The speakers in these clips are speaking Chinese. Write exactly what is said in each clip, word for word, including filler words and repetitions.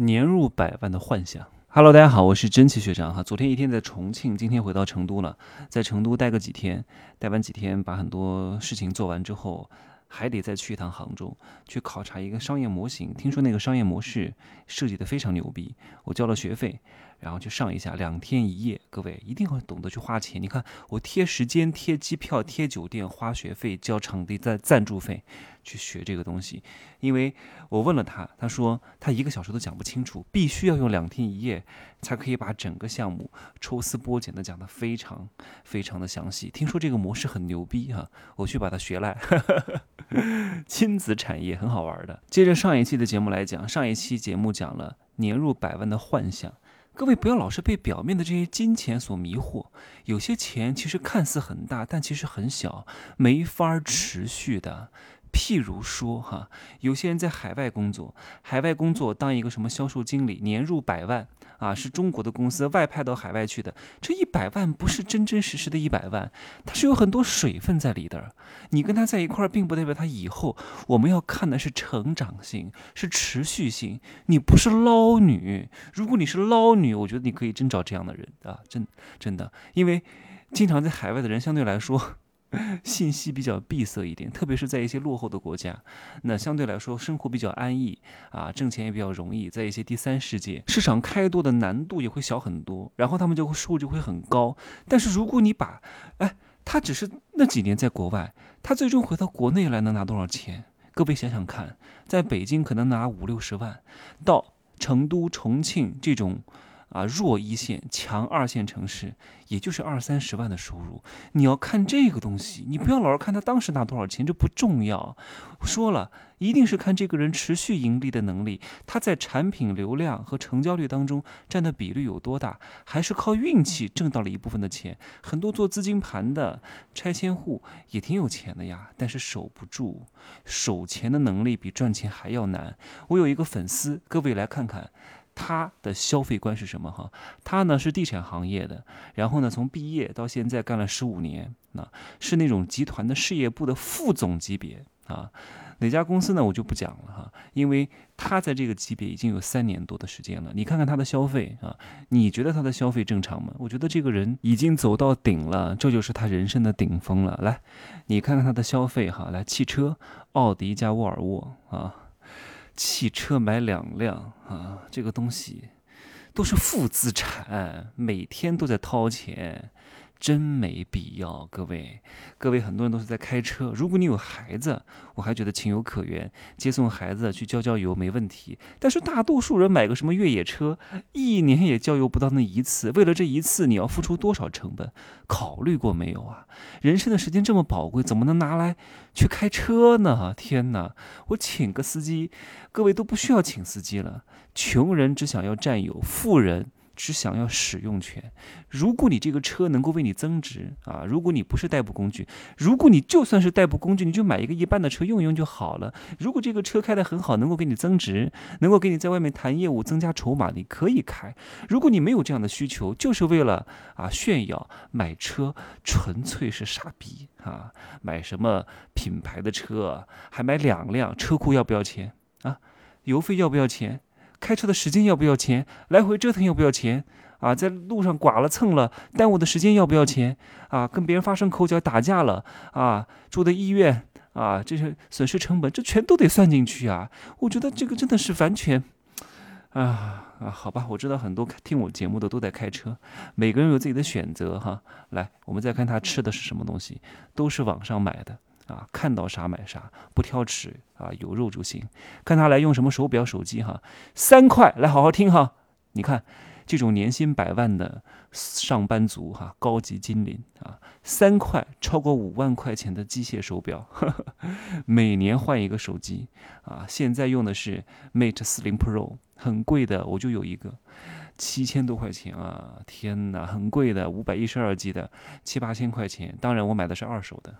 年入百万的幻想。Hello，大家好，我是真奇学长哈。昨天一天在重庆，今天回到成都了，在成都待个几天，待完几天把很多事情做完之后，还得再去一趟杭州，去考察一个商业模型。听说那个商业模式设计得非常牛逼，我交了学费，然后去上一下，两天一夜。各位一定要懂得去花钱。你看我贴时间、贴机票、贴酒店、花学费、交场地赞赞助费，去学这个东西。因为我问了他，他说他一个小时都讲不清楚，必须要用两天一夜才可以把整个项目抽丝剥茧的讲得非常非常的详细。听说这个模式很牛逼哈、啊，我去把它学来。亲子产业很好玩的。接着上一期的节目来讲，上一期节目讲了年入百万的幻想。各位不要老是被表面的这些金钱所迷惑，有些钱其实看似很大，但其实很小，没法持续的。譬如说哈，有些人在海外工作，海外工作当一个什么销售经理，年入百万啊，是中国的公司外派到海外去的，这一百万不是真真实实的一百万，它是有很多水分在里的。你跟他在一块儿，并不代表他以后，我们要看的是成长性，是持续性。你不是捞女，如果你是捞女，我觉得你可以真找这样的人啊，真真的，因为经常在海外的人相对来说。信息比较闭塞一点，特别是在一些落后的国家，那相对来说生活比较安逸啊，挣钱也比较容易。在一些第三世界，市场开拓的难度也会小很多，然后他们就会收入就会很高。但是如果你把，哎，他只是那几年在国外，他最终回到国内来能拿多少钱？各位想想看，在北京可能拿五六十万，到成都、重庆这种。啊，弱一线、强二线城市，也就是二三十万的收入。你要看这个东西，你不要老是看他当时拿多少钱，这不重要。说了，一定是看这个人持续盈利的能力，他在产品流量和成交率当中占的比率有多大，还是靠运气挣到了一部分的钱。很多做资金盘的拆迁户也挺有钱的呀，但是守不住，守钱的能力比赚钱还要难。我有一个粉丝，各位来看看。他的消费观是什么哈？他呢是地产行业的，然后呢从毕业到现在干了十五年，啊，是那种集团的事业部的副总级别啊。哪家公司呢我就不讲了哈，因为他在这个级别已经有三年多的时间了。你看看他的消费啊，你觉得他的消费正常吗？我觉得这个人已经走到顶了，这就是他人生的顶峰了。来，你看看他的消费哈，来汽车，奥迪加沃尔沃啊。汽车买两辆啊，这个东西都是负资产，每天都在掏钱，真没必要。各位，各位很多人都是在开车，如果你有孩子，我还觉得情有可原，接送孩子去浇浇油没问题。但是大多数人买个什么越野车，一年也浇油不到那一次，为了这一次你要付出多少成本？考虑过没有啊？人生的时间这么宝贵，怎么能拿来去开车呢？天哪，我请个司机，各位都不需要请司机了。穷人只想要占有，富人只想要使用权。如果你这个车能够为你增值啊，如果你不是代步工具，如果你就算是代步工具，你就买一个一般的车用一用就好了。如果这个车开得很好，能够给你增值，能够给你在外面谈业务增加筹码，你可以开。如果你没有这样的需求，就是为了啊炫耀，买车纯粹是傻逼啊！买什么品牌的车，还买两辆，车库要不要钱啊？油费要不要钱？开车的时间要不要钱？来回折腾要不要钱？啊，在路上剐了蹭了，耽误的时间要不要钱？啊，跟别人发生口角打架了，啊，住的医院啊，这些损失成本，这全都得算进去啊！我觉得这个真的是完全，啊啊，好吧，我知道很多听我节目的都在开车，每个人有自己的选择哈。来，我们再看他吃的是什么东西，都是网上买的。啊，看到啥买啥，不挑食啊，有肉就行。看他来用什么手表、手机哈，三块，来好好听哈。你看这种年薪百万的上班族哈，高级精灵啊，三块超过五万块钱的机械手表，呵呵，每年换一个手机啊。现在用的是 Mate 四十 Pro， 很贵的，我就有一个。七千多块钱啊！天哪，很贵的，五百一十二 G 的，七八千块钱。当然，我买的是二手的，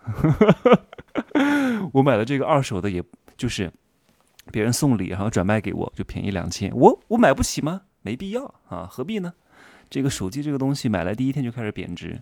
我买的这个二手的，也就是别人送礼，然后转卖给我，就便宜两千。我我买不起吗？没必要啊，何必呢？这个手机这个东西买来第一天就开始贬值，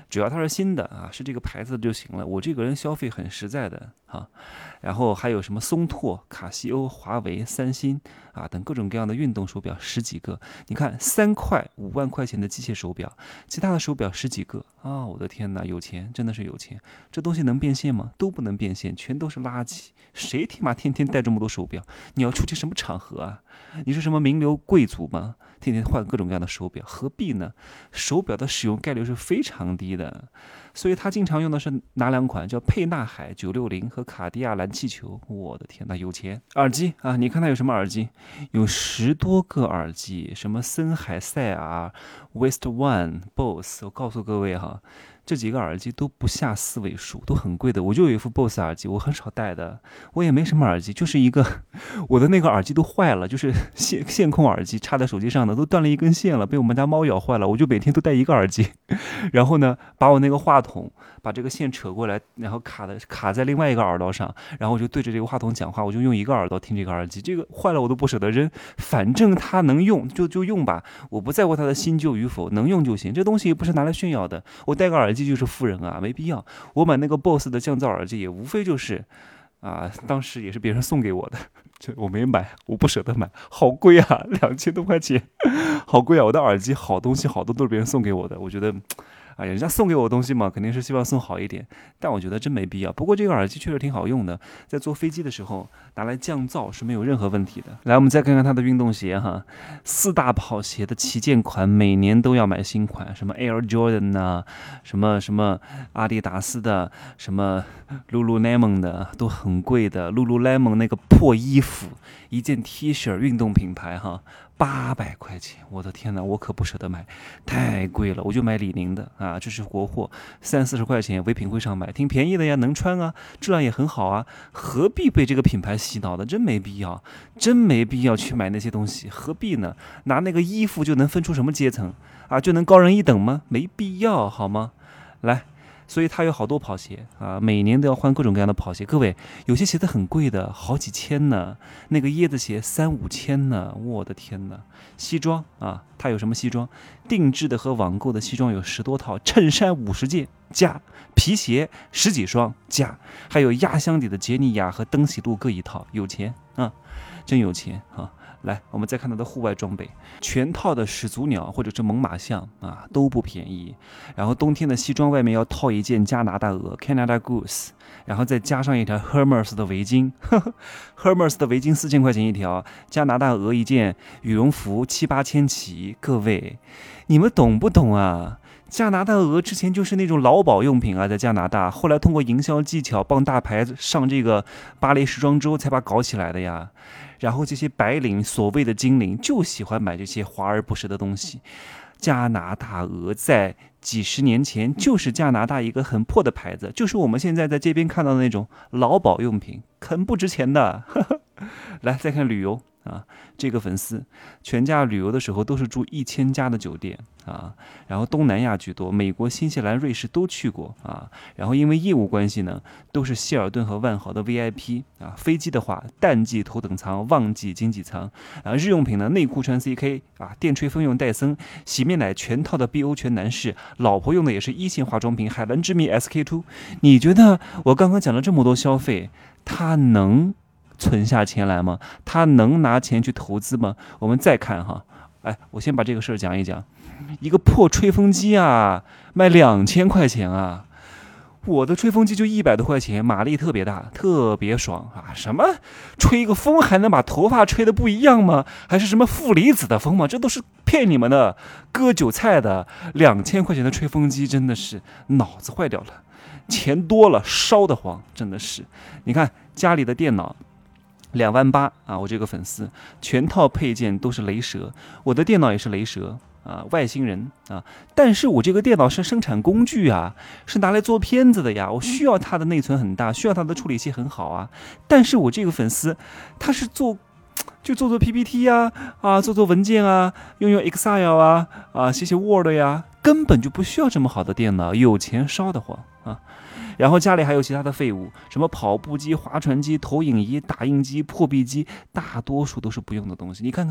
只要它是新的啊，是这个牌子就行了。我这个人消费很实在的啊。然后还有什么松拓、卡西欧、华为、三星啊等各种各样的运动手表十几个。你看三块五万块钱的机械手表，其他的手表十几个啊！我的天哪，有钱真的是有钱。这东西能变现吗？都不能变现，全都是垃圾。谁他妈天天戴这么多手表？你要出席什么场合啊？你是什么名流贵族吗？天天换各种各样的手表，何必呢？手表的使用概率是非常低的，所以他经常用的是哪两款？叫沛纳海九六零和卡地亚蓝气球。我的天哪，有钱！耳机啊，你看他有什么耳机？有十多个耳机，什么森海塞尔、West One、B O S S。我告诉各位哈，这几个耳机都不下四位数，都很贵的。我就有一副 B O S S 耳机，我很少戴的，我也没什么耳机，就是一个我的那个耳机都坏了，就是线线控耳机插在手机上的，都断了一根线了，被我们家猫咬坏了。我就每天都戴一个耳机，然后呢，把我那个话筒把这个线扯过来，然后卡的卡在另外一个耳朵上，然后我就对着这个话筒讲话，我就用一个耳朵听这个耳机。这个坏了我都不舍得扔，反正它能用就就用吧，我不在乎它的新旧与否，能用就行。这东西也不是拿来炫耀的，我戴个耳机就是富人啊，没必要。我买那个 B O S S 的降噪耳机也无非就是啊，当时也是别人送给我的，这我没买，我不舍得买，好贵啊，两千多块钱，好贵啊！我的耳机好东西好多都是别人送给我的，我觉得。啊，人家送给我的东西嘛，肯定是希望送好一点，但我觉得真没必要。不过这个耳机确实挺好用的，在坐飞机的时候拿来降噪是没有任何问题的。来，我们再看看它的运动鞋哈，四大跑鞋的旗舰款，每年都要买新款，什么 Air Jordan 呐、啊，什么什么阿迪达斯的，什么 Lululemon 的，都很贵的。Lululemon 那个破衣服，一件 T 恤，运动品牌哈。八百块钱，我的天哪，我可不舍得买，太贵了，我就买李宁的啊，这是国货，三四十块钱，唯品会上买，挺便宜的呀，能穿啊，质量也很好啊，何必被这个品牌洗脑的？真没必要，真没必要去买那些东西，何必呢？拿那个衣服就能分出什么阶层啊？就能高人一等吗？没必要，好吗？来。所以它有好多跑鞋啊，每年都要换各种各样的跑鞋。各位，有些鞋子很贵的，好几千呢，那个椰子鞋三五千呢，我的天哪！西装啊，它有什么西装？定制的和网购的西装有十多套，衬衫五十件加，皮鞋十几双加，还有压箱底的杰尼亚和登喜路各一套，有钱啊，真有钱啊！来，我们再看它的户外装备，全套的始祖鸟或者是猛犸象啊都不便宜。然后冬天的西装外面要套一件加拿大鹅 （Canada Goose），然后再加上一条 Hermes 的围巾呵呵，Hermes 的围巾四千块钱一条，加拿大鹅一件羽绒服七八千起。各位，你们懂不懂啊？加拿大鹅之前就是那种劳保用品啊，在加拿大，后来通过营销技巧帮大牌上这个巴黎时装周才把搞起来的呀。然后这些白领，所谓的精灵，就喜欢买这些华而不实的东西。加拿大鹅在几十年前就是加拿大一个很破的牌子，就是我们现在在街边看到的那种劳保用品，很不值钱的。来，再看旅游啊，这个粉丝全家旅游的时候都是住一千家的酒店啊，然后东南亚居多，美国、新西兰、瑞士都去过啊，然后因为业务关系呢，都是希尔顿和万豪的 V I P 啊。飞机的话，淡季头等舱，旺季经济舱啊。日用品呢，内裤穿 C K 啊，电吹风用戴森，洗面奶全套的 B O 全男士，老婆用的也是一线化妆品，海蓝之谜 S K 二。你觉得我刚刚讲了这么多消费，他能存下钱来吗？他能拿钱去投资吗？我们再看哈，哎，我先把这个事儿讲一讲。一个破吹风机啊，卖两千块钱啊！我的吹风机就一百多块钱，马力特别大，特别爽啊！什么吹一个风还能把头发吹得不一样吗？还是什么负离子的风吗？这都是骗你们的，割韭菜的。两千块钱的吹风机真的是脑子坏掉了，钱多了烧得慌，真的是。你看家里的电脑。两万八啊！我这个粉丝全套配件都是雷蛇，我的电脑也是雷蛇啊，外星人啊！但是我这个电脑是生产工具啊，是拿来做片子的呀，我需要它的内存很大，需要它的处理器很好啊。但是我这个粉丝他是做就做做 P P T 呀，啊，做做文件啊，用用 Excel 啊，啊，写写 Word 呀，根本就不需要这么好的电脑，有钱烧得慌啊！然后家里还有其他的废物，什么跑步机、划船机、投影仪、打印机、破壁机，大多数都是不用的东西。你看看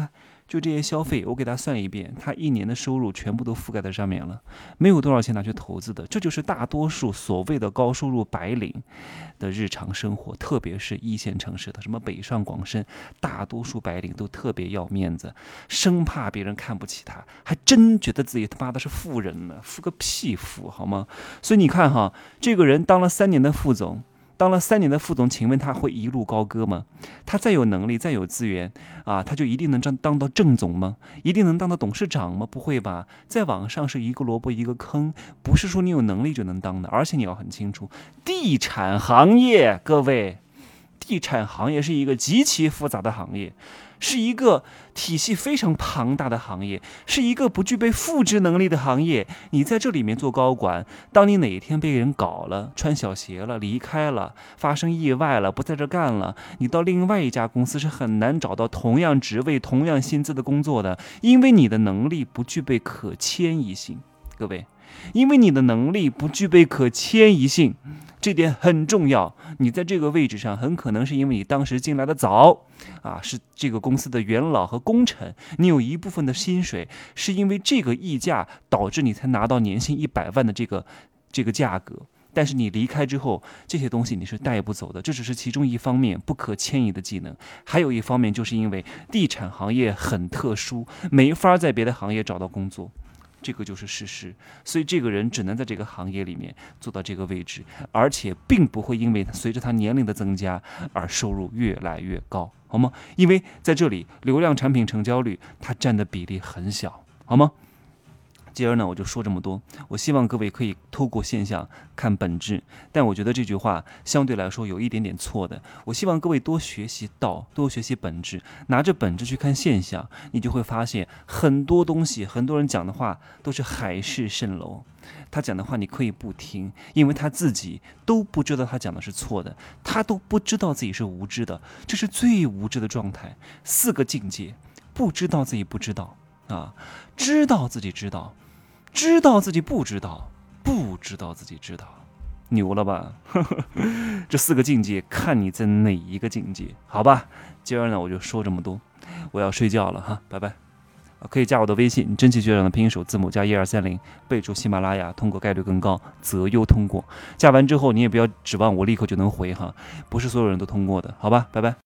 就这些消费，我给他算一遍，他一年的收入全部都覆盖在上面了，没有多少钱拿去投资的。这就是大多数所谓的高收入白领的日常生活，特别是一线城市的，什么北上广深，大多数白领都特别要面子，生怕别人看不起他，还真觉得自己他妈的是富人呢，富个屁富，好吗？所以你看哈，这个人当了三年的副总。当了三年的副总，请问他会一路高歌吗？他再有能力，再有资源啊，他就一定能当当到正总吗？一定能当到董事长吗？不会吧，在网上是一个萝卜一个坑，不是说你有能力就能当的。而且你要很清楚，地产行业，各位，地产行业是一个极其复杂的行业，是一个体系非常庞大的行业，是一个不具备复制能力的行业。你在这里面做高管，当你哪一天被人搞了，穿小鞋了，离开了，发生意外了，不在这干了，你到另外一家公司是很难找到同样职位、同样薪资的工作的，因为你的能力不具备可迁移性。各位，因为你的能力不具备可迁移性，这点很重要。你在这个位置上，很可能是因为你当时进来的早啊，是这个公司的元老和功臣，你有一部分的薪水是因为这个溢价导致你才拿到年薪一百万的这个这个价格。但是你离开之后，这些东西你是带不走的，这只是其中一方面不可迁移的技能。还有一方面，就是因为地产行业很特殊，没法在别的行业找到工作。这个就是事实，所以这个人只能在这个行业里面做到这个位置，而且并不会因为随着他年龄的增加而收入越来越高，好吗？因为在这里流量产品成交率它占的比例很小，好吗？接着呢，我就说这么多。我希望各位可以透过现象看本质，但我觉得这句话相对来说有一点点错的。我希望各位多学习道，多学习本质，拿着本质去看现象，你就会发现很多东西，很多人讲的话都是海市蜃楼。他讲的话你可以不听，因为他自己都不知道他讲的是错的，他都不知道自己是无知的，这是最无知的状态。四个境界：不知道自己不知道啊，知道自己知道。知道自己不知道，不知道自己知道，牛了吧？这四个境界，看你在哪一个境界，好吧？今儿呢，我就说这么多，我要睡觉了哈，拜拜。可以加我的微信，真奇学长的拼音首字母加一二三零，备注喜马拉雅，通过概率更高，择优通过。加完之后，你也不要指望我立刻就能回哈，不是所有人都通过的，好吧？拜拜。